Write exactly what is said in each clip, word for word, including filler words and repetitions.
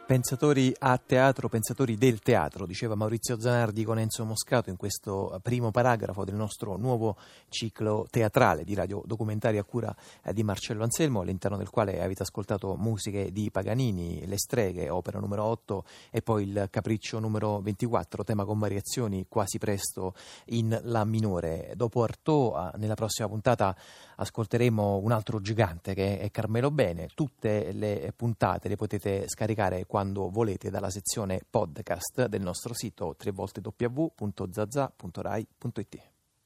Pensatori a teatro, pensatori del teatro, diceva Maurizio Zanardi con Enzo Moscato in questo primo paragrafo del nostro nuovo ciclo teatrale di radiodocumentario a cura di Marcello Anselmo, all'interno del quale avete ascoltato musiche di Paganini, Le Streghe, opera numero otto, e poi il Capriccio numero ventiquattro, tema con variazioni quasi presto in La minore. Dopo Artaud, nella prossima puntata ascolteremo un altro gigante che è Carmelo Bene. Tutte le puntate le potete scaricare quando volete dalla sezione podcast del nostro sito w w w punto zazà punto rai punto it.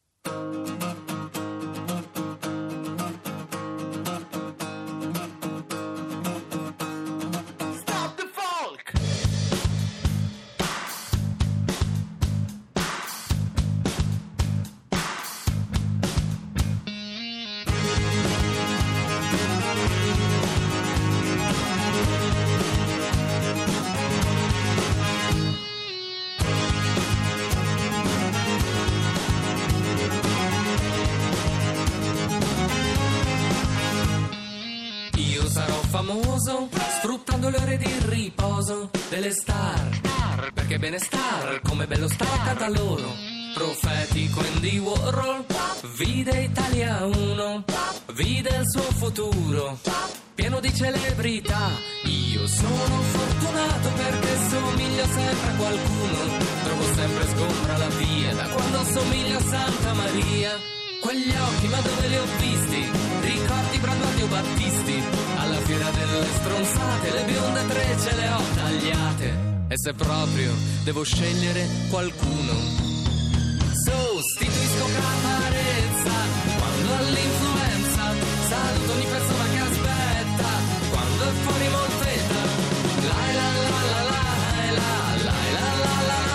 Famoso, sfruttando le ore di riposo delle star, perché benestar, come bello star da loro. Profetico Andy Warhol, vide Italia uno, vide il suo futuro, pieno di celebrità. Io sono fortunato perché somiglio sempre a qualcuno, trovo sempre sgombra la via da quando somiglio a Santa Maria. Quegli occhi, ma dove li ho visti? Ricordi Brandati o Battisti? Alla fiera delle stronzate, le bionde tre ce le ho tagliate. E se proprio devo scegliere qualcuno, sostituisco Caparezza quando all'influenza, saluto ogni persona che aspetta quando è fuori Molfetta. La la la la la la la la la la la.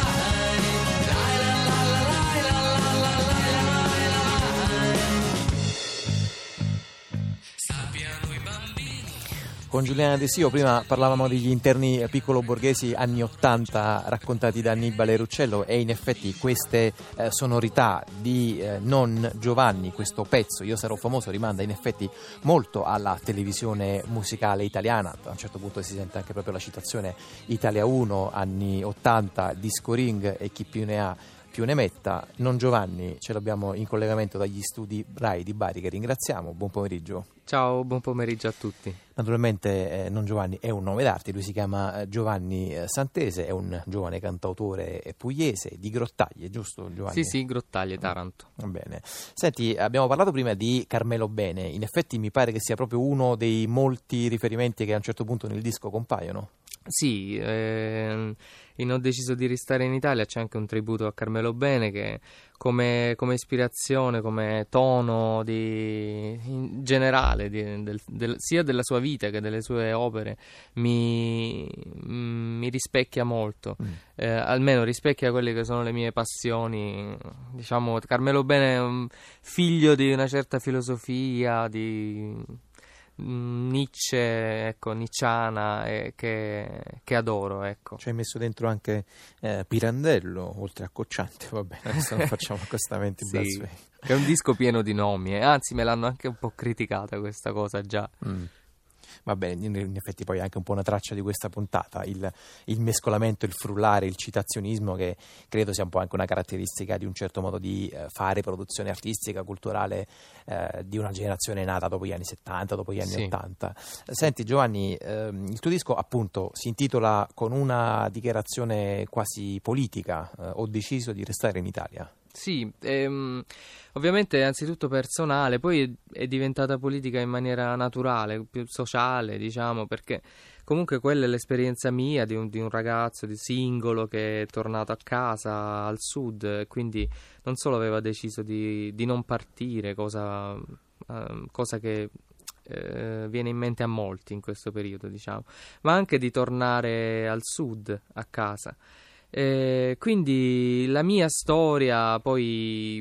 Con Giuliana De Sio prima parlavamo degli interni piccolo borghesi anni ottanta raccontati da Annibale Ruccello, e in effetti queste eh, sonorità di eh, Non Giovanni, questo pezzo Io sarò famoso, rimanda in effetti molto alla televisione musicale italiana. A un certo punto si sente anche proprio la citazione Italia uno, anni ottanta, Disco Ring e chi più ne ha più ne metta. Non Giovanni ce l'abbiamo in collegamento dagli studi Rai di Bari, che ringraziamo. Buon pomeriggio. Ciao, buon pomeriggio a tutti. Naturalmente eh, Non Giovanni è un nome d'arte, lui si chiama eh, Giovanni eh, Santese, è un giovane cantautore pugliese di Grottaglie, giusto Giovanni? Sì, sì, Grottaglie, Taranto. Va bene. Senti, abbiamo parlato prima di Carmelo Bene, in effetti mi pare che sia proprio uno dei molti riferimenti che a un certo punto nel disco compaiono. Sì, ehm, in Ho deciso di restare in Italia c'è anche un tributo a Carmelo Bene che come, come ispirazione, come tono di, in generale di, del, del, sia della sua vita che delle sue opere mi, mi rispecchia molto, mm. eh, almeno rispecchia quelle che sono le mie passioni. Diciamo, Carmelo Bene è un figlio di una certa filosofia, di Nietzsche, ecco, Nietzschiana, eh, che, che adoro, ecco. Ci hai messo dentro anche eh, Pirandello, oltre a Cocciante, va bene, adesso non facciamo accostamenti sì, blasfemi. È un disco pieno di nomi, eh. Anzi me l'hanno anche un po' criticata questa cosa già. Mm. Va bene, in effetti poi anche un po' una traccia di questa puntata, il, il mescolamento, il frullare, il citazionismo, che credo sia un po' anche una caratteristica di un certo modo di eh, fare produzione artistica, culturale eh, di una generazione nata dopo gli anni settanta, dopo gli anni sì. ottanta. Senti Giovanni, ehm, il tuo disco appunto si intitola con una dichiarazione quasi politica, eh, Ho deciso di restare in Italia. Sì, ehm, ovviamente è anzitutto personale, poi è, è diventata politica in maniera naturale, più sociale, diciamo, perché comunque quella è l'esperienza mia di un, di un ragazzo di singolo che è tornato a casa al sud, e quindi non solo aveva deciso di, di non partire, cosa, eh, cosa che eh, viene in mente a molti in questo periodo, diciamo, ma anche di tornare al sud, a casa. Eh, quindi la mia storia poi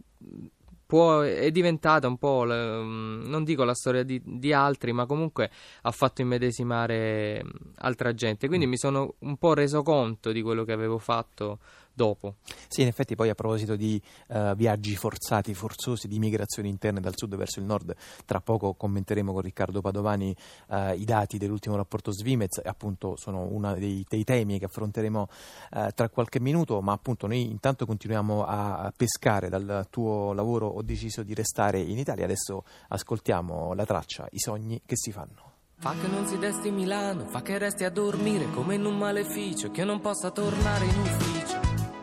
può, è diventata un po', non dico la storia di, di altri, ma comunque ha fatto immedesimare altra gente, quindi mm. mi sono un po' reso conto di quello che avevo fatto dopo. Sì, in effetti poi a proposito di uh, viaggi forzati, forzosi, di migrazioni interne dal sud verso il nord, tra poco commenteremo con Riccardo Padovani uh, i dati dell'ultimo rapporto Svimez, appunto sono uno dei, dei temi che affronteremo uh, tra qualche minuto, ma appunto noi intanto continuiamo a pescare dal tuo lavoro. Ho deciso di restare in Italia, adesso ascoltiamo la traccia I sogni che si fanno. Fa che non si desti Milano, fa che resti a dormire come in un maleficio, che io non possa tornare in ufficio.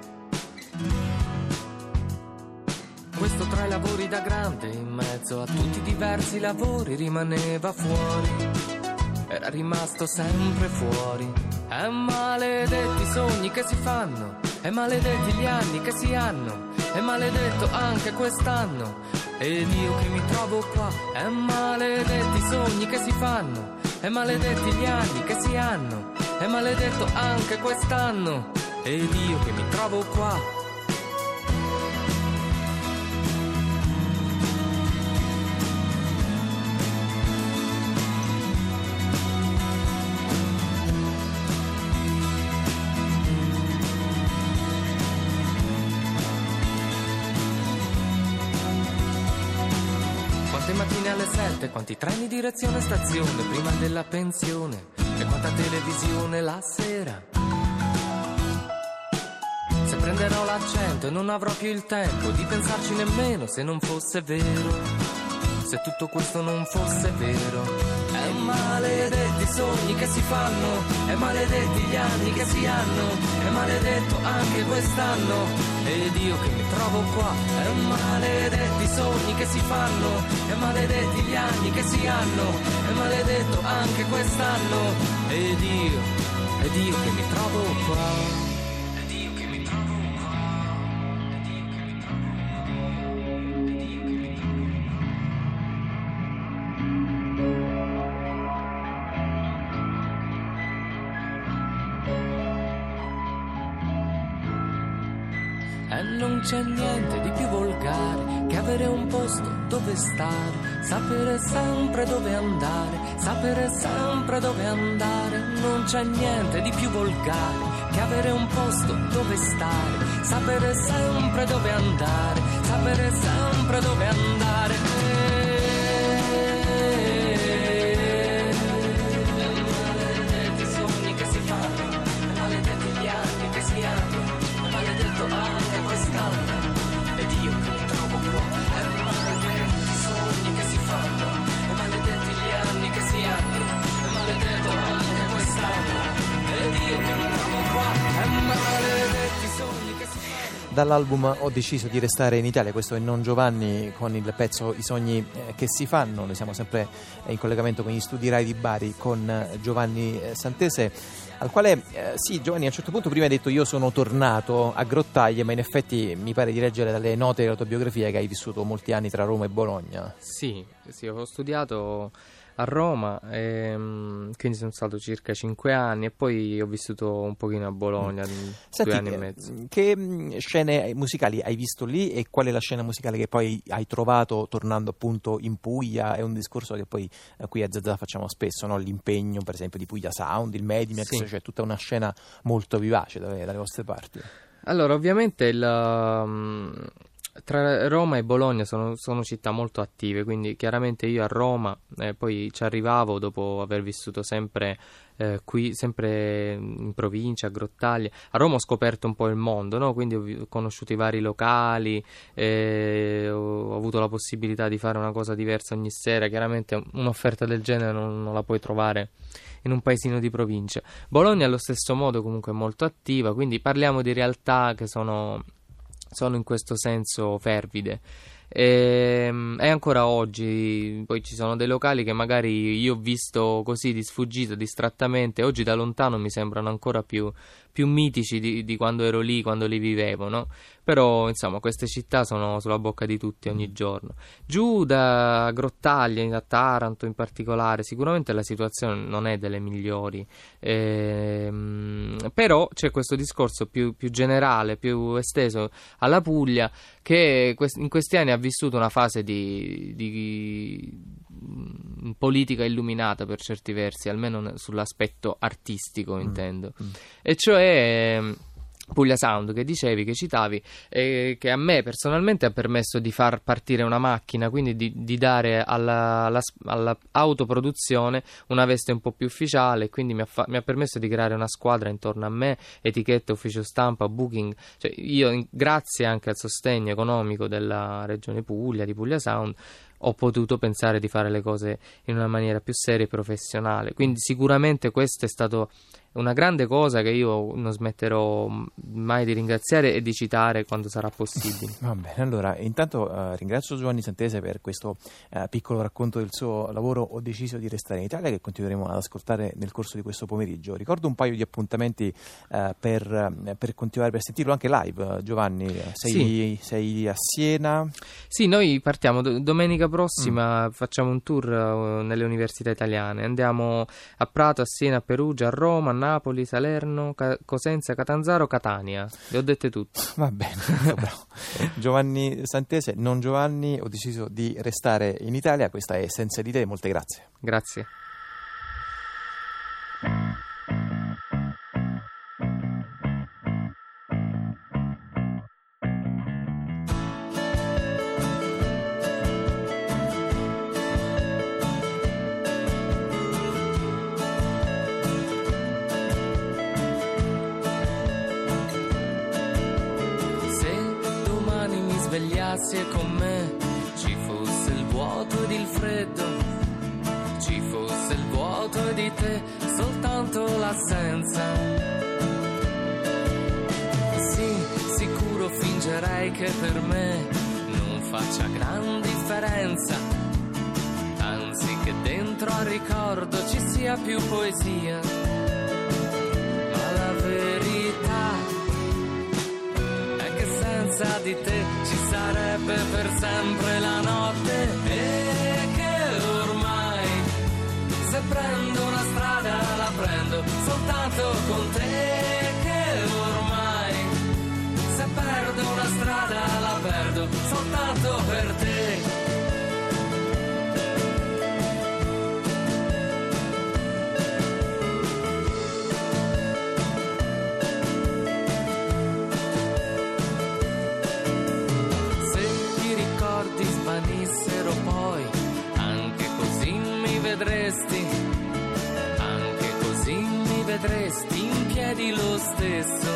Questo tra i lavori da grande, in mezzo a tutti i diversi lavori, rimaneva fuori, era rimasto sempre fuori. E maledetti i sogni che si fanno, e maledetti gli anni che si hanno, e maledetto anche quest'anno, ed io che mi trovo qua. E maledetti i sogni che si fanno, e maledetti gli anni che si hanno, e maledetto anche quest'anno, ed io che mi trovo qua. Quante mattine alle sette, quanti treni direzione stazione prima della pensione, e quanta televisione la sera. Se prenderò l'accento e non avrò più il tempo di pensarci nemmeno, se non fosse vero, se tutto questo non fosse vero. E maledetti i sogni che si fanno, e maledetti gli anni che si hanno, e maledetto anche quest'anno, ed io che mi trovo qua. E maledetti i sogni che si fanno, e maledetti gli anni che si hanno, e maledetto anche quest'anno, ed io, ed io che mi trovo qua. E non c'è niente di più volgare che avere un posto dove stare, sapere sempre dove andare, sapere sempre dove andare. Non c'è niente di più volgare che avere un posto dove stare, sapere sempre dove andare, sapere sempre dove andare. E maledetti i sogni che si fanno, e maledetti gli anni che si hanno, e maledetto anche quest'anno, ed io che mi trovo qua. E maledetti i sogni che si fanno, e maledetti gli anni che si hanno, e maledetto anche quest'anno, ed io che mi trovo qua. E maledetti i sogni che si fanno. Dall'album Ho deciso di restare in Italia, questo è Non Giovanni con il pezzo I sogni che si fanno. Noi siamo sempre in collegamento con gli studi Rai di Bari con Giovanni Santese, al quale eh, sì, Giovanni, a un certo punto prima hai detto io sono tornato a Grottaglie, ma in effetti mi pare di leggere dalle note della tua biografia che hai vissuto molti anni tra Roma e Bologna. Sì, sì, ho studiato a Roma, ehm, quindi sono stato circa cinque anni e poi ho vissuto un pochino a Bologna, mm. Senti, due anni e mezzo. Che scene musicali hai visto lì e qual è la scena musicale che poi hai trovato tornando appunto in Puglia? È un discorso che poi eh, qui a Zazà facciamo spesso, no? L'impegno per esempio di Puglia Sound, il Medimax, sì. C'è tutta una scena molto vivace dalle, dalle vostre parti. Allora, ovviamente il... Um... Tra Roma e Bologna sono, sono città molto attive, quindi chiaramente io a Roma eh, poi ci arrivavo dopo aver vissuto sempre eh, qui, sempre in provincia, a Grottaglie. A Roma ho scoperto un po' il mondo, no? Quindi ho conosciuto i vari locali, eh, ho, ho avuto la possibilità di fare una cosa diversa ogni sera. Chiaramente un'offerta del genere non, non la puoi trovare in un paesino di provincia. Bologna allo stesso modo comunque è molto attiva, quindi parliamo di realtà che sono... sono in questo senso fervide e, e ancora oggi poi ci sono dei locali che magari io ho visto così di sfuggita, distrattamente, oggi da lontano mi sembrano ancora più, più mitici di, di quando ero lì, quando li vivevo, no? Però insomma queste città sono sulla bocca di tutti ogni giorno. Giù da Grottaglie, da Taranto in particolare, sicuramente la situazione non è delle migliori, ehm, però c'è questo discorso più, più generale, più esteso alla Puglia, che in questi anni ha vissuto una fase di, di politica illuminata per certi versi, almeno sull'aspetto artistico intendo, mm. Mm. E cioè Puglia Sound che dicevi, che citavi, eh, che a me personalmente ha permesso di far partire una macchina, quindi di, di dare alla, alla, alla autoproduzione una veste un po' più ufficiale, quindi mi ha, fa, mi ha permesso di creare una squadra intorno a me, etichette, ufficio stampa, booking, cioè io grazie anche al sostegno economico della regione Puglia, di Puglia Sound, ho potuto pensare di fare le cose in una maniera più seria e professionale, quindi sicuramente questo è stato una grande cosa che io non smetterò mai di ringraziare e di citare quando sarà possibile. Va bene, allora intanto uh, ringrazio Giovanni Santese per questo uh, piccolo racconto del suo lavoro Ho deciso di restare in Italia, che continueremo ad ascoltare nel corso di questo pomeriggio. Ricordo un paio di appuntamenti uh, per, uh, per continuare, per sentirlo anche live. uh, Giovanni, sei, sì. sei a Siena? Sì, noi partiamo do- domenica prossima, mm. facciamo un tour uh, nelle università italiane, andiamo a Prato, a Siena, a Perugia, a Roma, a Napoli, Salerno, Ca- Cosenza, Catanzaro, Catania. Le ho dette tutte. Va bene, bravo. Giovanni Santese, non Giovanni, ho deciso di restare in Italia. Questa è Senza di te, molte grazie. Grazie. Svegliassi e con me ci fosse il vuoto ed il freddo, ci fosse il vuoto e di te soltanto l'assenza. Sì, sicuro fingerei che per me non faccia gran differenza, anzi che dentro al ricordo ci sia più poesia. Ma la verità senza di te ci sarebbe per sempre la notte, e che ormai se prendo una strada la prendo soltanto con te, che ormai se perdo una strada la perdo soltanto per te. Svanissero poi, anche così mi vedresti, anche così mi vedresti in piedi lo stesso.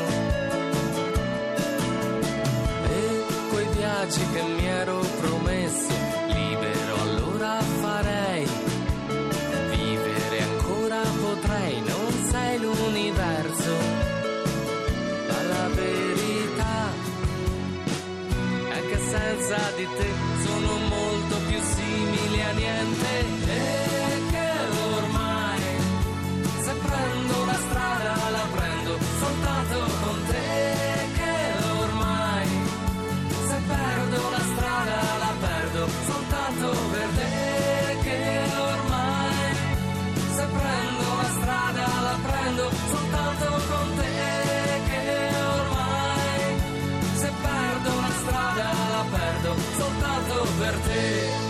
E quei viaggi che mi ero promesso, libero allora farei, vivere ancora potrei, non sei l'universo. Ma la verità è che senza di te sono molto più simili a niente, e che ormai se prendo una strada la prendo soltanto con te, che ormai se perdo una strada la perdo soltanto per te, che ormai se prendo una strada la prendo soltanto con te, che ormai se perdo una strada la perdo soltanto per te.